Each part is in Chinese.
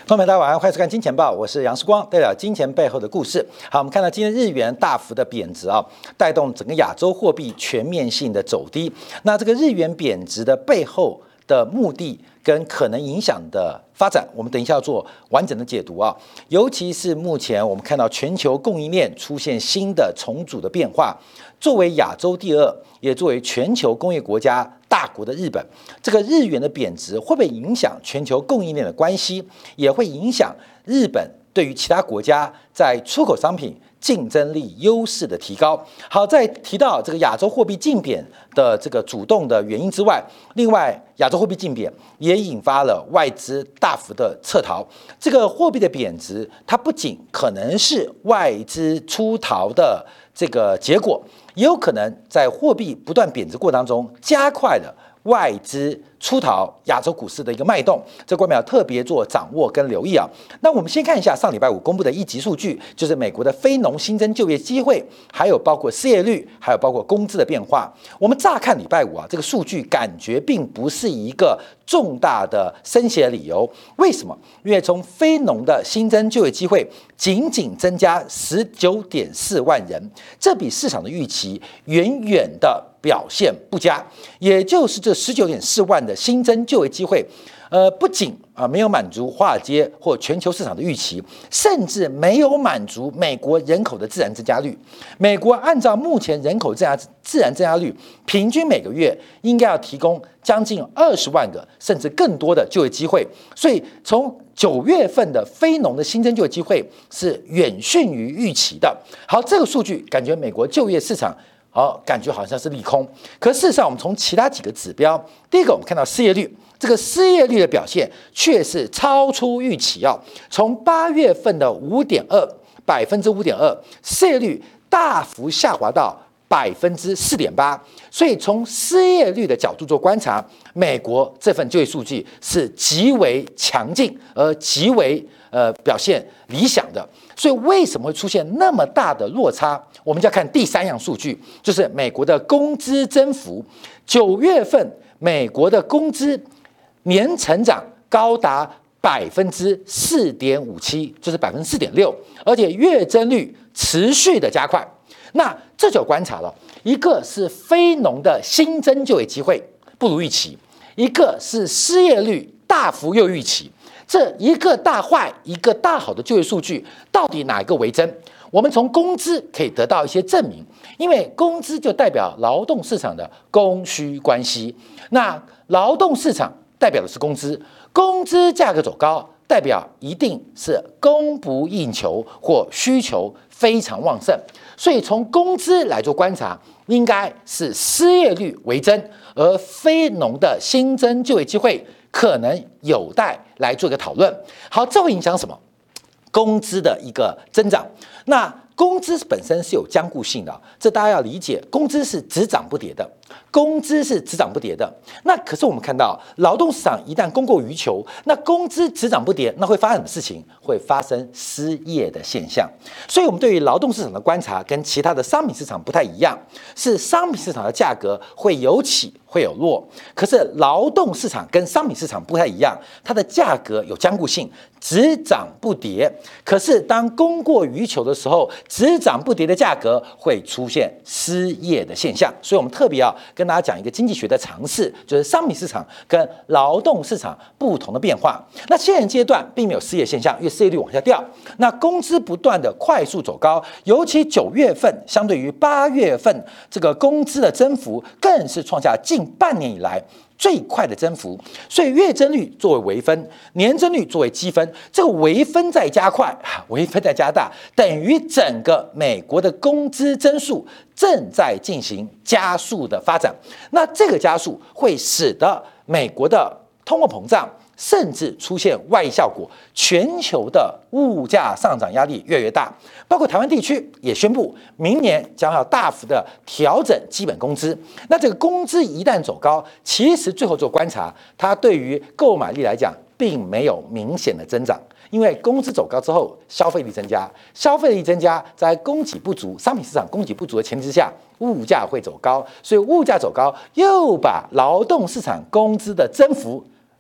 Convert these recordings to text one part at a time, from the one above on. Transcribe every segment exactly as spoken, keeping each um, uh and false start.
朋友们，大家晚上欢迎收看《金钱报》，我是杨世光，带表金钱背后的故事。好，我们看到今天日元大幅的贬值啊，带动整个亚洲货币全面性的走低。那这个日元贬值的背后的目的跟可能影响的发展，我们等一下要做完整的解读啊。尤其是目前我们看到全球供应链出现新的重组的变化，作为亚洲第二，也作为全球工业国家大国的日本，这个日元的贬值会不会影响全球供应链的关系，也会影响日本对于其他国家在出口商品竞争力优势的提高。好，在提到这个亚洲货币竞贬的这个主动的原因之外，另外亚洲货币竞贬也引发了外资大幅的撤逃。这个货币的贬值，它不仅可能是外资出逃的这个结果，也有可能在货币不断贬值过程当中加快了外资出逃亚洲股市的一个脉动，这关键要特别做掌握跟留意啊。那我们先看一下上礼拜五公布的一级数据，就是美国的非农新增就业机会，还有包括失业率，还有包括工资的变化。我们乍看礼拜五啊，这个数据感觉并不是一个重大的升息的理由。为什么？因为从非农的新增就业机会仅仅增加十九点四万人，这比市场的预期远远的表现不佳，也就是这十九点四万的新增就业机会，呃，不仅啊没有满足华尔街或全球市场的预期，甚至没有满足美国人口的自然增加率。美国按照目前人口自然自然增加率，平均每个月应该要提供将近二十万个甚至更多的就业机会，所以从九月份的非农的新增就业机会是远逊于预期的。好，这个数据感觉美国就业市场。好，感觉好像是利空，可事实上，我们从其他几个指标，第一个我们看到失业率，这个失业率的表现却是超出预期啊，从八月份的五点二百分之五点二，失业率大幅下滑到百分之四点八，所以从失业率的角度做观察，美国这份就业数据是极为强劲而极为呃表现理想的。所以为什么会出现那么大的落差？我们就要看第三样数据，就是美国的工资增幅。九月份美国的工资年成长高达百分之四点五七，就是百分之四点六，而且月增率持续的加快。那这就观察了，一个是非农的新增就业机会不如预期，一个是失业率大幅又预期。这一个大坏，一个大好的就业数据，到底哪一个为真？我们从工资可以得到一些证明，因为工资就代表劳动市场的供需关系。那劳动市场代表的是工资，工资价格走高，代表一定是供不应求或需求非常旺盛。所以从工资来做观察，应该是失业率为真，而非农的新增就业机会可能有待来做一个讨论。好，这会影响什么？工资的一个增长。那工资本身是有僵固性的，这大家要理解，工资是只涨不跌的，工资是只涨不跌的。那可是我们看到劳动市场一旦供过于求，那工资只涨不跌，那会发生什么事情？会发生失业的现象。所以我们对于劳动市场的观察跟其他的商品市场不太一样，是商品市场的价格会有起会有落，可是劳动市场跟商品市场不太一样，它的价格有僵固性，只涨不跌。可是当供过于求的时候，只涨不跌的价格会出现失业的现象。所以我们特别要跟大家讲一个经济学的常识，就是商品市场跟劳动市场不同的变化。那现阶段并没有失业现象，因为失业率往下掉，那工资不断的快速走高，尤其九月份相对于八月份这个工资的增幅更是创下近半年以来最快的增幅。所以月增率作为微分，年增率作为积分，这个微分在加快，微分在加大，等于整个美国的工资增速正在进行加速的发展。那这个加速会使得美国的通货膨胀甚至出现外溢效果，全球的物价上涨压力越来越大，包括台湾地区也宣布明年将要大幅的调整基本工资。那这个工资一旦走高，其实最后做观察，它对于购买力来讲并没有明显的增长，因为工资走高之后，消费力增加，消费力增加，在供给不足、商品市场供给不足的前提之下，物价会走高，所以物价走高又把劳动市场工资的增幅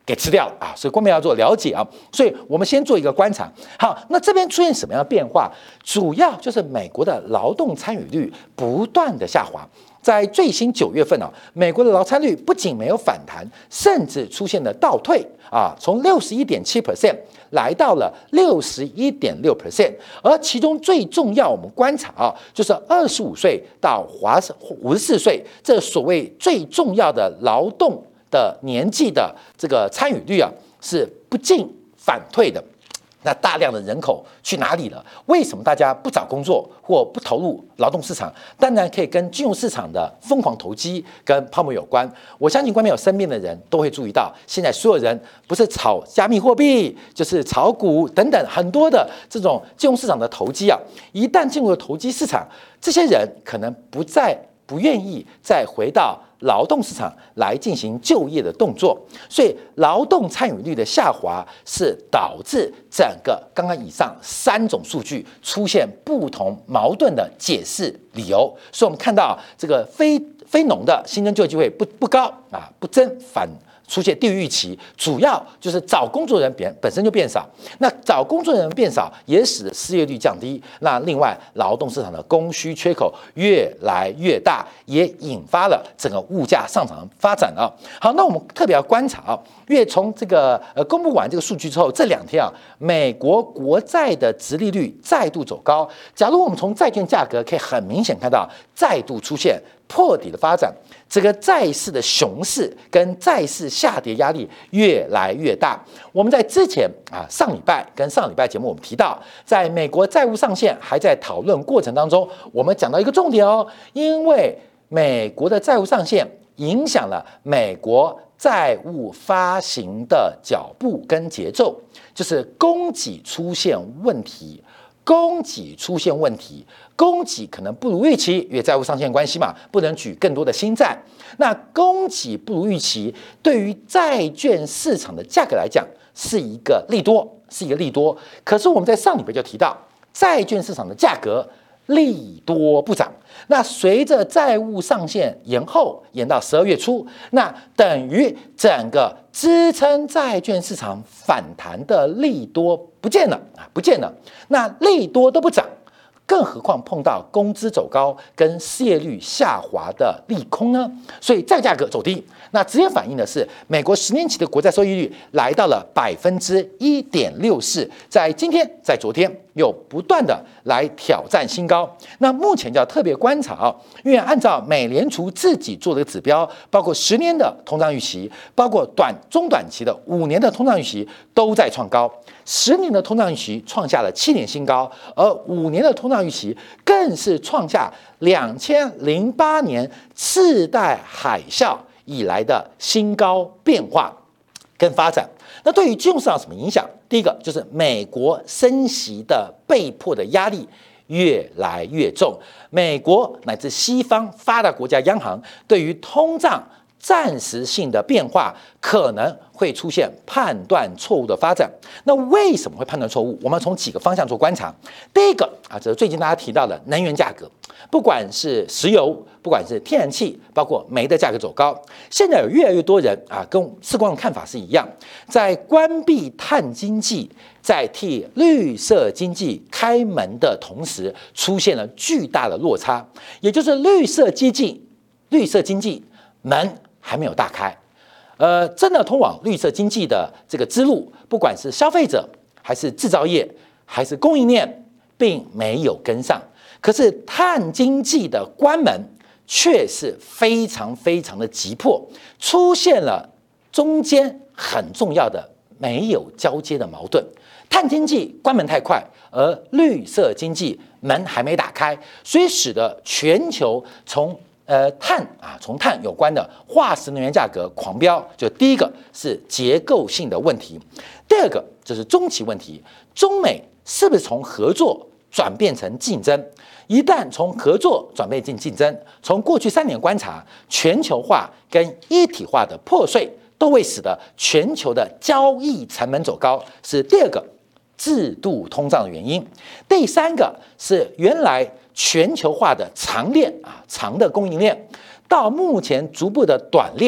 给吃掉了啊，所以观众要做了解啊。所以我们先做一个观察。好，那这边出现什么样的变化？主要就是美国的劳动参与率不断的下滑。在最新九月份啊，美国的劳参率不仅没有反弹，甚至出现了倒退啊，从六十一点七 percent 来到了六十一点六 percent。而其中最重要，我们观察啊，就是二十五岁到华五十四岁这所谓最重要的劳动的年纪的这个参与率啊，是不进反退的。那大量的人口去哪里了？为什么大家不找工作或不投入劳动市场？当然可以跟金融市场的疯狂投机跟泡沫有关。我相信观众有身边的人都会注意到，现在所有人不是炒加密货币，就是炒股等等很多的这种金融市场的投机啊。一旦进入了投机市场，这些人可能不再不愿意再回到劳动市场来进行就业的动作，所以劳动参与率的下滑是导致整个刚刚以上三种数据出现不同矛盾的解释理由。所以我们看到这个非非农的新增就业机会不不高啊，不增反出现低于预期，主要就是找工作人变本身就变少，那找工作人变少也使得失业率降低。那另外，劳动市场的供需缺口越来越大，也引发了整个物价上涨发展啊。好，那我们特别要观察啊，因为从这个呃公布完这个数据之后，这两天啊，美国国债的殖利率再度走高。假如我们从债券价格可以很明显看到，再度出现破底的发展，这个债市的熊市跟债市下跌压力越来越大。我们在之前啊上礼拜跟上礼拜节目我们提到，在美国债务上限还在讨论过程当中，我们讲到一个重点哦，因为美国的债务上限影响了美国债务发行的脚步跟节奏，就是供给出现问题。供给出现问题，供给可能不如预期，因为债务上限关系嘛，不能举更多的新债。那供给不如预期，对于债券市场的价格来讲是一个利多，是一个利多。可是我们在上礼拜就提到，债券市场的价格利多不涨。那随着债务上限延后，延到十二月初，那等于整个支撑债券市场反弹的利多不见了啊，不见了。那利多都不涨，更何况碰到工资走高跟失业率下滑的利空呢？所以债价格走低，那直接反映的是美国十年期的国债收益率来到了百分之一点六四，在今天，在昨天又不断的来挑战新高。那目前就要特别观察啊，因为按照美联储自己做的指标，包括十年的通胀预期，包括短中短期的五年的通胀预期都在创高。十年的通胀预期创下了七年新高，而五年的通胀预期更是创下两千零八年次贷海啸以来的新高变化跟发展。那对于金融市场有什么影响？第一个就是美国升息的被迫的压力越来越重，美国乃至西方发达国家央行对于通胀暂时性的变化可能会出现判断错误的发展。那为什么会判断错误？我们从几个方向做观察。第一个啊，这是最近大家提到的能源价格，不管是石油，不管是天然气，包括煤的价格走高。现在有越来越多人啊，跟世光的看法是一样，在关闭碳经济，在替绿色经济开门的同时，出现了巨大的落差，也就是绿色经济，绿色经济门还没有大开，呃，真的通往绿色经济的这个之路，不管是消费者还是制造业还是供应链，并没有跟上。可是碳经济的关门却是非常非常的急迫，出现了中间很重要的没有交接的矛盾。碳经济关门太快，而绿色经济门还没打开，所以使得全球从呃，碳啊，从碳有关的化石能源价格狂飙，就第一个是结构性的问题，第二个就是中期问题，中美是不是从合作转变成竞争？一旦从合作转变进竞争，从过去三年观察，全球化跟一体化的破碎，都会使得全球的交易成本走高，是第二个制度通胀的原因。第三个是原来全球化的长链啊，长的供应链，到目前逐步的短链、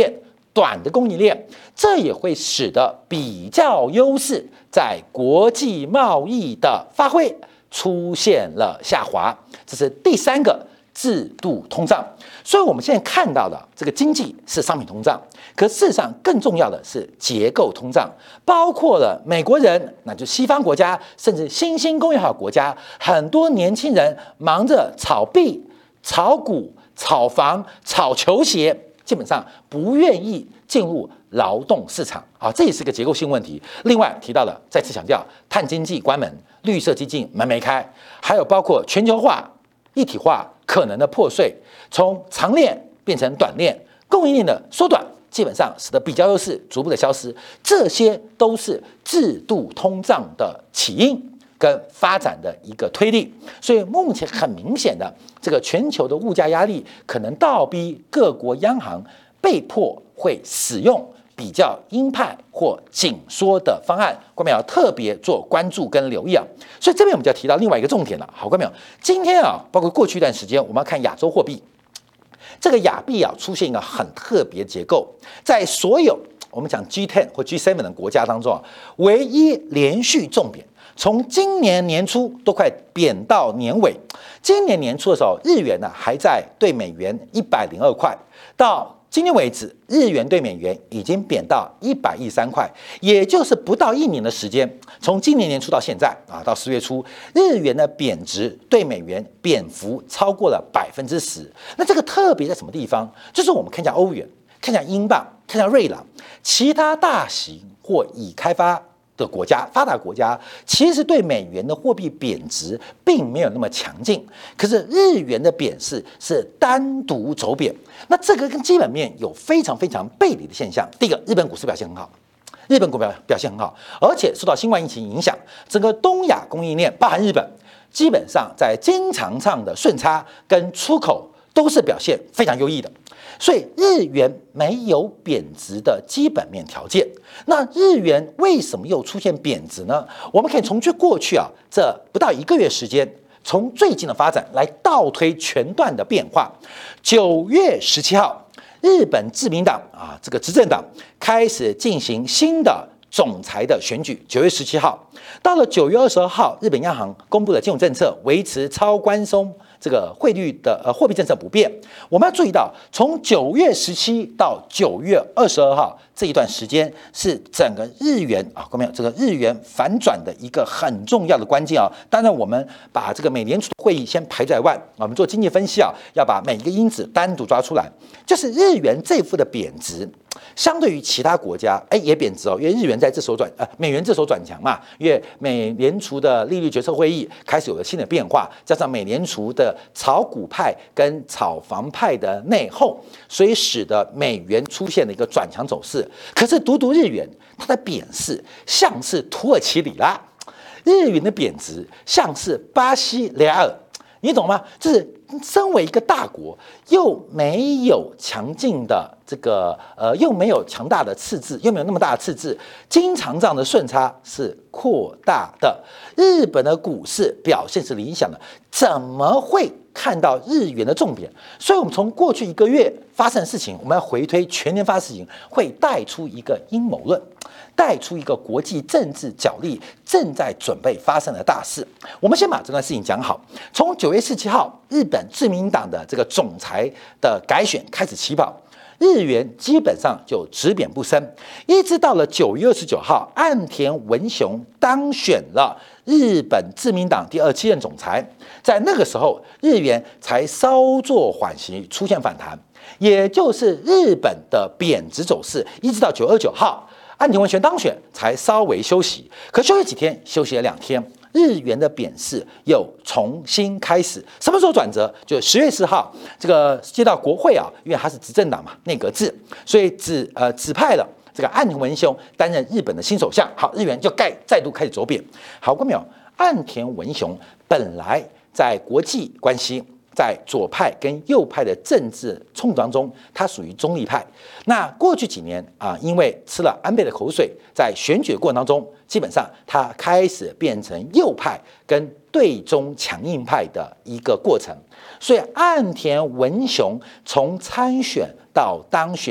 短的供应链，这也会使得比较优势在国际贸易的发挥出现了下滑。这是第三个制度通胀。所以我们现在看到的这个经济是商品通胀，可事实上更重要的是结构通胀，包括了美国人，那就西方国家，甚至新兴工业化国家，很多年轻人忙着炒币、炒股、炒房、炒球鞋，基本上不愿意进入劳动市场啊，这也是个结构性问题。另外提到了，再次强调，碳经济关门，绿色基金门没开，还有包括全球化、一体化可能的破碎，从长链变成短链，供应链的缩短，基本上使得比较优势逐步的消失，这些都是制度通胀的起因跟发展的一个推力。所以目前很明显的，这个全球的物价压力可能倒逼各国央行被迫会使用比较鹰派或紧缩的方案，观众朋友要特别做关注跟留意啊。所以这边我们就要提到另外一个重点了，好，观众朋友，今天啊，包括过去一段时间，我们要看亚洲货币，这个亚币啊出现一个很特别结构，在所有我们讲 G 十 或 G 七 的国家当中啊，唯一连续重贬，从今年年初都快贬到年尾。今年年初的时候，日元呢还在对美元一百零二块，到今天为止，日元对美元已经贬到一百一十三块，也就是不到一年的时间。从今年年初到现在啊，到十月初，日元的贬值对美元贬幅超过了百分之十。那这个特别在什么地方？就是我们看一下欧元，看一下英镑，看一下瑞郎，其他大型或已开发的国家、发达国家，其实对美元的货币贬值并没有那么强劲，可是日元的贬势是单独走贬。那这个跟基本面有非常非常背离的现象。第一个，日本股市表现很好，日本股票表现很好，而且受到新冠疫情影响，整个东亚供应链，包含日本，基本上在经常上的顺差跟出口都是表现非常优异的。所以日元没有贬值的基本面条件，那日元为什么又出现贬值呢？我们可以从去过去啊这不到一个月时间，从最近的发展来倒推全段的变化。九月十七号，日本自民党啊这个执政党开始进行新的总裁的选举。九月十七号，到了九月二十二号，日本央行公布了金融政策，维持超宽松这个汇率的呃货币政策不变。我们要注意到，从九月十七到九月二十二号这一段时间，是整个日元啊，看到没有？这个日元反转的一个很重要的关键啊。当然，我们把这个美联储会议先排在外，我们做经济分析啊，要把每一个因子单独抓出来。就是日元这副的贬值，相对于其他国家，哎，也贬值哦，因为日元在这时候转呃美元这时候转强嘛，因为美联储的利率决策会议开始有了新的变化，加上美联储的炒股派跟炒房派的内讧，所以使得美元出现了一个转强走势。可是独独日元，它的贬势像是土耳其里拉，日元的贬值像是巴西雷亚尔，你懂吗？就是身为一个大国，又没有强劲的这个呃，又没有强大的赤字，又没有那么大的赤字，经常账的顺差是扩大的。日本的股市表现是理想的，怎么会看到日元的重贬？所以，我们从过去一个月发生的事情，我们要回推全年发生的事情，会带出一个阴谋论，带出一个国际政治角力正在准备发生的大事。我们先把这段事情讲好。从九月十七号，日本自民党的这个总裁的改选开始起跑，日元基本上就只贬不升，一直到了九月二十九号，岸田文雄当选了日本自民党第二十七任总裁，在那个时候，日元才稍作缓息，出现反弹，也就是日本的贬值走势，一直到九月二十九号，岸田文雄当选才稍微休息，可休息几天，休息了两天。日元的贬势又重新开始，什么时候转折？就十月四号，这个接到国会啊，因为他是执政党嘛，内阁制，所以指呃指派了这个岸田文雄担任日本的新首相。好，日元就再再度开始走贬。好，观众朋友，岸田文雄本来在国际关系，在左派跟右派的政治冲突当中，他属于中立派。那过去几年啊，因为吃了安倍的口水，在选举的过程当中，基本上他开始变成右派跟对中强硬派的一个过程。所以岸田文雄从参选到当选，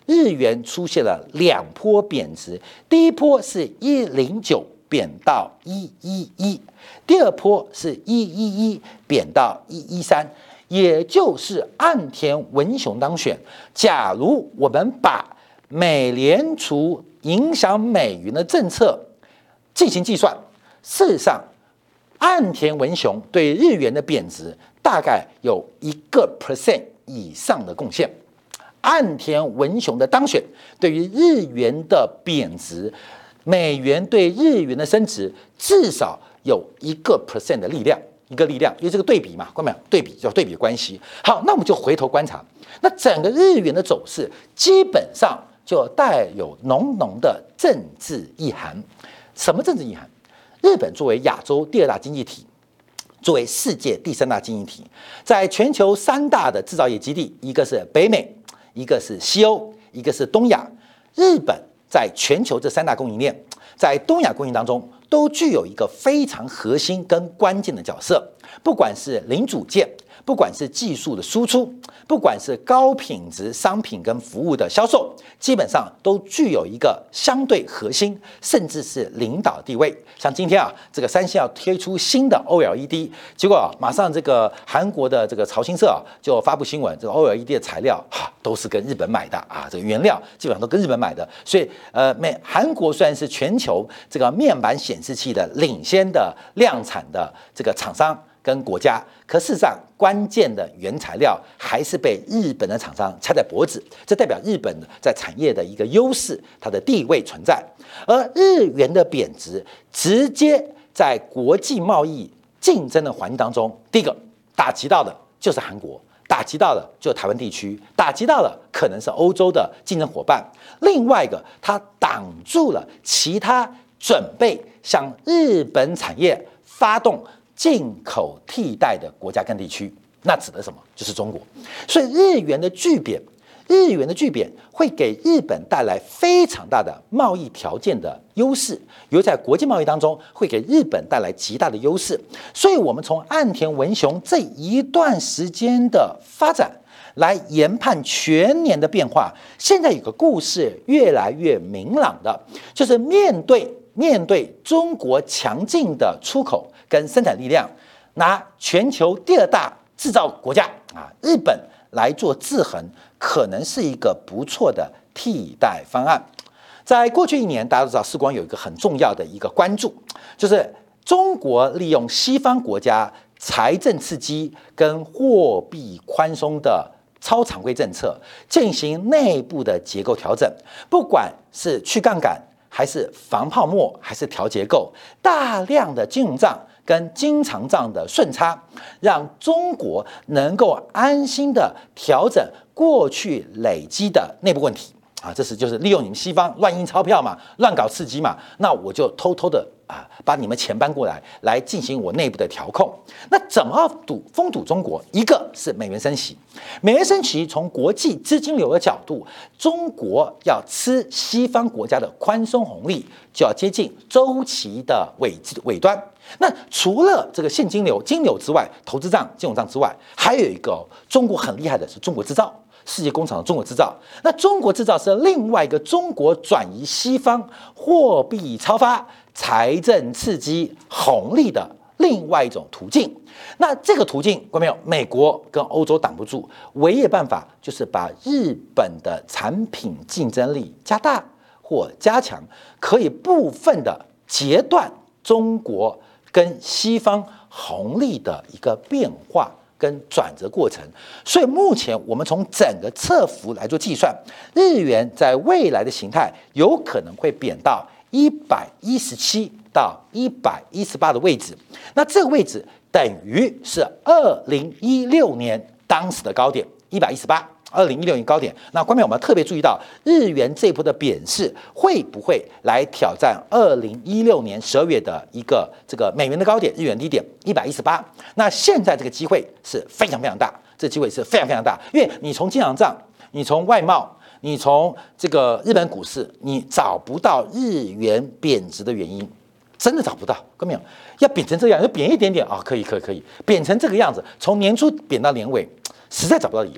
日元出现了两波贬值，第一波是一零九贬到一一一，第二波是一一一贬到一一三，也就是岸田文雄当选。假如我们把美联储影响美元的政策进行计算，事实上，岸田文雄对日元的贬值大概有一个 percent 以上的贡献。岸田文雄的当选对于日元的贬值，美元对日元的升值，至少有一个 percent 的力量，一个力量，因为这个对比嘛，看到没有？对比叫对比的关系。好，那我们就回头观察，那整个日元的走势基本上就带有浓浓的政治意涵。什么政治意涵？日本作为亚洲第二大经济体，作为世界第三大经济体，在全球三大的制造业基地，一个是北美，一个是西欧，一个是东亚。日本在全球这三大供应链，在东亚供应当中，都具有一个非常核心跟关键的角色。不管是零组件，不管是技术的输出，不管是高品质商品跟服务的销售，基本上都具有一个相对核心，甚至是领导地位。像今天啊，这个三星要推出新的 O L E D， 结果啊，马上这个韩国的这个朝新社啊就发布新闻，这个 O L E D 的材料哈都是跟日本买的啊，这个原料基本上都跟日本买的。所以呃，美韩国虽然是全球这个面板显示器的领先的量产的这个厂商跟国家，可事实上关键的原材料还是被日本的厂商掐在脖子，这代表日本在产业的一个优势，它的地位存在。而日元的贬值，直接在国际贸易竞争的环境当中，第一个打击到的就是韩国，打击到的就是台湾地区，打击到的可能是欧洲的竞争伙伴。另外一个，它挡住了其他准备向日本产业发动进口替代的国家跟地区，那指的什么？就是中国。所以日元的巨贬，日元的巨贬会给日本带来非常大的贸易条件的优势，尤其在国际贸易当中会给日本带来极大的优势。所以，我们从岸田文雄这一段时间的发展来研判全年的变化，现在有个故事越来越明朗的，就是面对面对中国强劲的出口跟生产力量，拿全球第二大制造国家啊日本来做制衡，可能是一个不错的替代方案。在过去一年，大家都知道，世光有一个很重要的一个关注，就是中国利用西方国家财政刺激跟货币宽松的超常规政策，进行内部的结构调整，不管是去杠杆，还是防泡沫，还是调结构，大量的金融账跟经常账的顺差，让中国能够安心的调整过去累积的内部问题啊，这是就是利用你们西方乱印钞票嘛，乱搞刺激嘛，那我就偷偷的啊把你们钱搬过来，来进行我内部的调控。那怎么堵封堵中国？一个是美元升息，美元升息从国际资金流的角度，中国要吃西方国家的宽松红利，就要接近周期的尾尾端。那除了这个现金流、金流之外，投资账、金融账之外，还有一个、哦、中国很厉害的是中国制造。世界工厂的中国制造，那中国制造是另外一个中国转移西方货币超发、财政刺激红利的另外一种途径。那这个途径，看到没有？美国跟欧洲挡不住，唯一的办法就是把日本的产品竞争力加大或加强，可以部分的截断中国跟西方红利的一个变化跟转折过程。所以目前我们从整个测幅来做计算，日元在未来的形态有可能会贬到一百一十七到一百一十八的位置，那这个位置等于是二零一六年当时的高点一百一十八。二零一六年高点，那观众我们要特别注意到，日元这一波的贬势会不会来挑战二零一六年十二月的一个这个美元的高点，日元低点一百一十八？那现在这个机会是非常非常大，这机会是非常非常大，因为你从经常账，你从外贸，你从这个日本股市，你找不到日元贬值的原因。真的找不到，看到没有？要贬成这样，要贬一点点啊、哦，可以，可以，可以，贬成这个样子，从年初贬到年尾，实在找不到理由。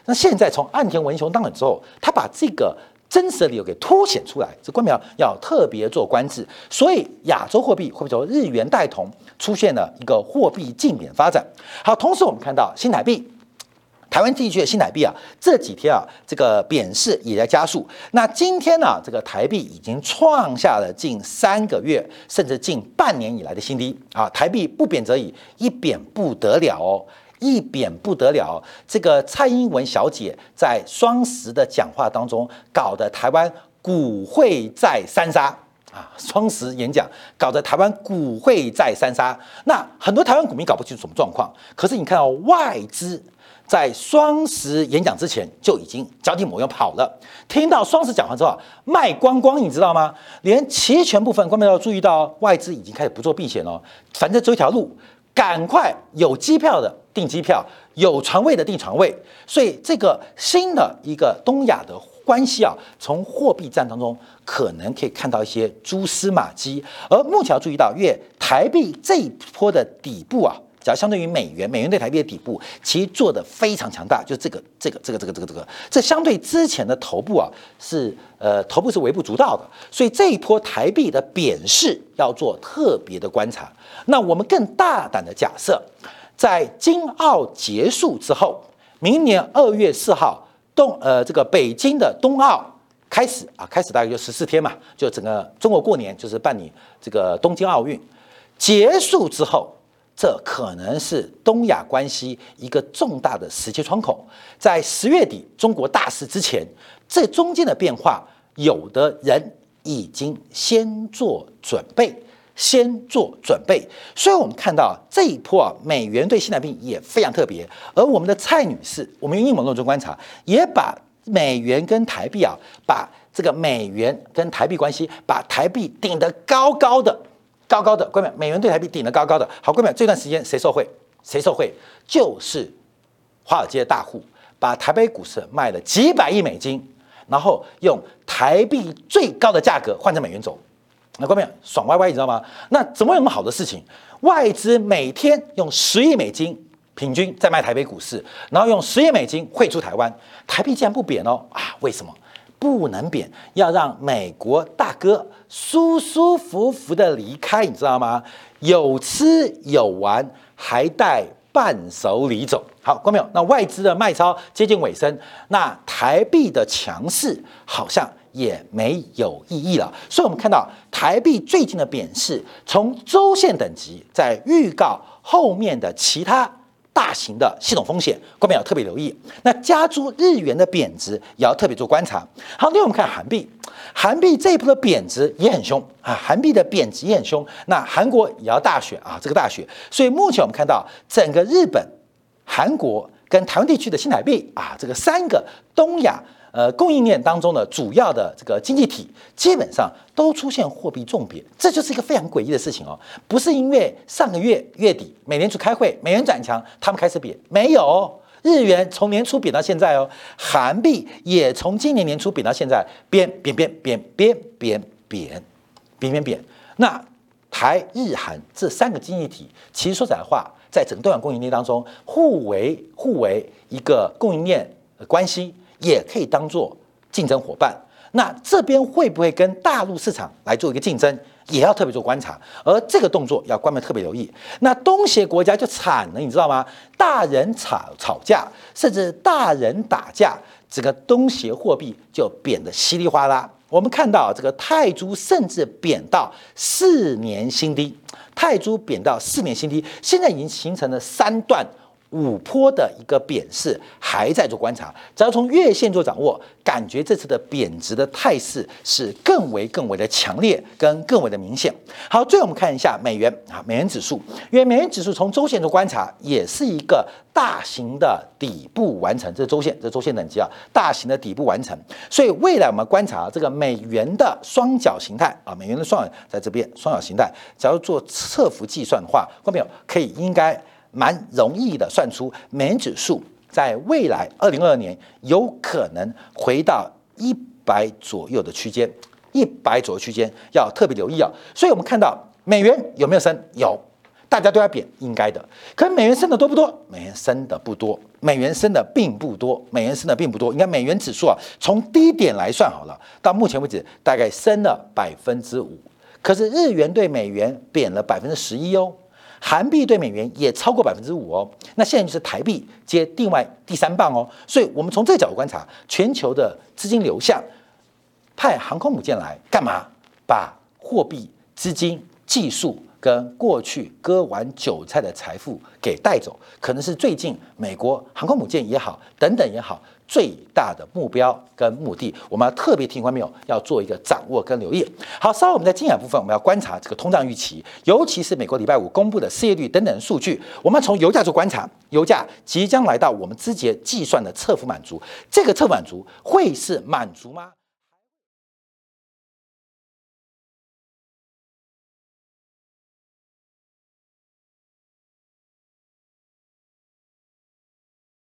那现在从岸田文雄当选之后，他把这个真实的理由给凸显出来，这官僚要特别做关注。所以亚洲货币会不会由日元带同出现了一个货币竞贬发展？好，同时我们看到新台币。台湾地区的新台币啊，这几天啊，这个贬势也在加速。那今天呢、啊，这个台币已经创下了近三个月，甚至近半年以来的新低啊！台币不贬则已，一贬不得了哦，一贬不得了。这个蔡英文小姐在双十的讲话当中，搞得台湾股汇债三杀。啊，双十演讲搞得台湾股汇债三杀，那很多台湾股民搞不清楚什么状况。可是你看到外资在双十演讲之前就已经脚底抹油跑了，听到双十讲完之后卖光光，你知道吗？连期权部分，观众要注意到，外资已经开始不做避险了，反正走一条路，赶快有机票的订机票，有床位的订床位。所以这个新的一个东亚的关系啊，从货币战当中可能可以看到一些蛛丝马迹。而目前要注意到，因为台币这一波的底部啊，只要相对于美元，美元对台币的底部其实做得非常强大，就是这个这个这个这个这个这个，这相对之前的头部啊是呃头部是微不足道的，所以这一波台币的贬势要做特别的观察。那我们更大胆的假设，在京奥结束之后，明年二月四号。东呃，这个北京的冬奥开始啊，开始大概就十四天嘛，就整个中国过年就是办理这个东京奥运结束之后，这可能是东亚关系一个重大的时间窗口。在十月底中国大事之前，这中间的变化，有的人已经先做准备。先做准备，所以我们看到这一波啊，美元对新台币也非常特别。而我们的蔡女士，我们用阴谋论中观察，也把美元跟台币啊，把这个美元跟台币关系，把台币顶得高高的，高高的。各位，美元对台币顶得高高的。好，各位，这段时间谁受惠？谁受惠？就是华尔街的大户把台北股市卖了几百亿美金，然后用台币最高的价格换成美元走。那各位爽歪歪，你知道吗？那怎么有那么好的事情？外资每天用十亿美金平均在卖台北股市，然后用十亿美金汇出台湾，台币竟然不贬哦啊？为什么不能贬？要让美国大哥舒舒服服的离开，你知道吗？有吃有玩，还带伴手礼走。好，观众朋友，那外资的卖超接近尾声，那台币的强势好像也没有意义了。所以我们看到台币最近的贬势，从周线等级在预告后面的其他大型的系统风险，观众朋友要特别留意。那加诸日元的贬值也要特别做观察。好，另外我们看韩币，韩币这一波的贬值也很凶啊，韩币的贬值也很凶。那韩国也要大选啊，这个大选，所以目前我们看到整个日本、韩国跟台湾地区的新台币啊，这个三个东亚呃供应链当中的主要的这个经济体，基本上都出现货币重贬，这就是一个非常诡异的事情哦。不是因为上个月月底美联储开会，美元转强，他们开始贬，没有。日元从年初贬到现在哦，韩币也从今年年初贬到现在，贬贬贬贬贬贬贬贬贬贬。那台日韩这三个经济体，其实说实在话，在整个东亚供应链当中，互为互为一个供应链关系，也可以当做竞争伙伴。那这边会不会跟大陆市场来做一个竞争，也要特别做观察。而这个动作要官媒特别留意。那东协国家就惨了，你知道吗？大人吵吵架，甚至大人打架，这个东协货币就贬得稀里哗啦。我们看到这个泰铢甚至贬到四年新低，泰铢贬到四年新低，现在已经形成了三段五波的一个贬势，还在做观察。只要从月线做掌握，感觉这次的贬值的态势是更为更为的强烈，跟更为的明显。好，最后我们看一下美元啊，美元指数，因为美元指数从周线做观察，也是一个大型的底部完成，这是周线，这是周线等级啊，大型的底部完成。所以未来我们观察这个美元的双角形态啊，美元的双在这边双角形态，假如做侧幅计算的话，观众朋友可以应该蛮容易的算出美元指数在未来二零二二年有可能回到一百左右的区间，一百左右区间要特别留意啊。所以我们看到美元有没有升？有。 大家都要贬，应该的。可是美元升的多不多？美元升的不多，美元升的并不多，美元升的并不多。你看美元指数啊，从低点来算好了，到目前为止大概升了百分之五。可是日元对美元贬了百分之十一哦。韩币对美元也超过百分之五哦，那现在就是台币接另外第三棒哦，所以我们从这个角度观察，全球的资金流向，派航空母舰来干嘛？把货币、资金、技术跟过去割完韭菜的财富给带走，可能是最近美国航空母舰也好，等等也好。最大的目标跟目的，我们要特别听观众朋友要做一个掌握跟留意。好，稍后我们在精选部分，我们要观察这个通胀预期，尤其是美国礼拜五公布的失业率等等的数据。我们从油价做观察，油价即将来到我们之前计算的测幅满足，这个测幅满足会是满足吗？